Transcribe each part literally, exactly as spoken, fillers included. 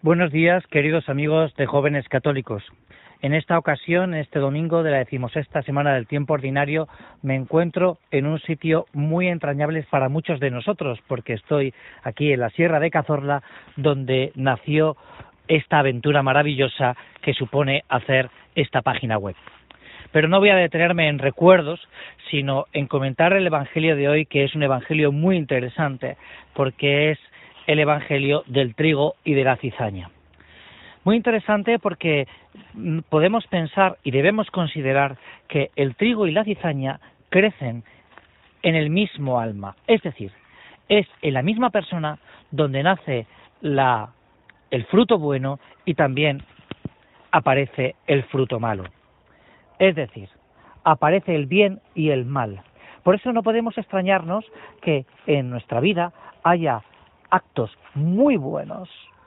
Buenos días, queridos amigos de Jóvenes Católicos. En esta ocasión, este domingo de la decimosexta semana del tiempo ordinario, me encuentro en un sitio muy entrañable para muchos de nosotros, porque estoy aquí en la Sierra de Cazorla, donde nació esta aventura maravillosa que supone hacer esta página web. Pero no voy a detenerme en recuerdos, sino en comentar el Evangelio de hoy, que es un Evangelio muy interesante, porque es el Evangelio del trigo y de la cizaña. Muy interesante porque podemos pensar y debemos considerar que el trigo y la cizaña crecen en el mismo alma, es decir, es en la misma persona donde nace la, el fruto bueno y también aparece el fruto malo. Es decir, aparece el bien y el mal. Por eso no podemos extrañarnos que en nuestra vida haya actos muy buenos,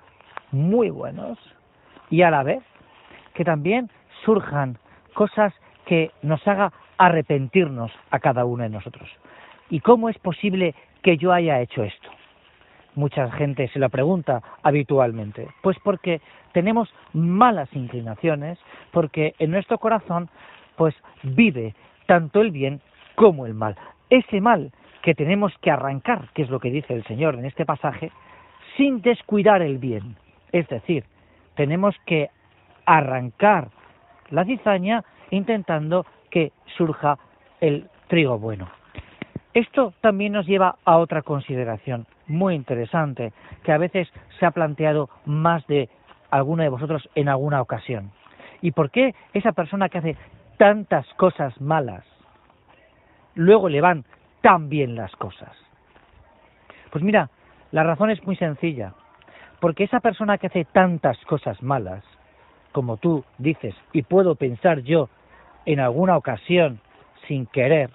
muy buenos, y a la vez que también surjan cosas que nos haga arrepentirnos a cada uno de nosotros. ¿Y cómo es posible que yo haya hecho esto? Mucha gente se lo pregunta habitualmente. Pues porque tenemos malas inclinaciones, porque en nuestro corazón pues vive tanto el bien como el mal. Ese mal que tenemos que arrancar, que es lo que dice el Señor en este pasaje, sin descuidar el bien. Es decir, tenemos que arrancar la cizaña intentando que surja el trigo bueno. Esto también nos lleva a otra consideración muy interesante, que a veces se ha planteado más de alguno de vosotros en alguna ocasión. ¿Y por qué esa persona que hace tantas cosas malas, luego le van tan bien las cosas? Pues mira, la razón es muy sencilla, porque esa persona que hace tantas cosas malas, como tú dices, y puedo pensar yo en alguna ocasión sin querer,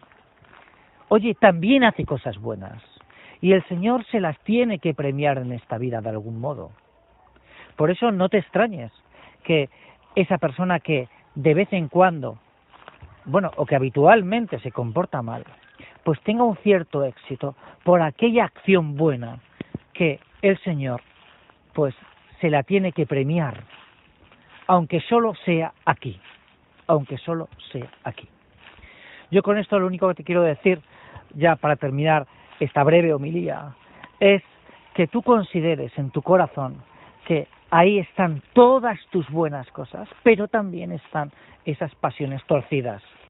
oye, también hace cosas buenas, y el Señor se las tiene que premiar en esta vida de algún modo. Por eso no te extrañes que esa persona que de vez en cuando, bueno, o que habitualmente se comporta mal, pues tenga un cierto éxito por aquella acción buena que el Señor, pues, se la tiene que premiar, aunque solo sea aquí, aunque solo sea aquí. Yo con esto lo único que te quiero decir, ya para terminar esta breve homilía, es que tú consideres en tu corazón que ahí están todas tus buenas cosas, pero también están esas pasiones torcidas,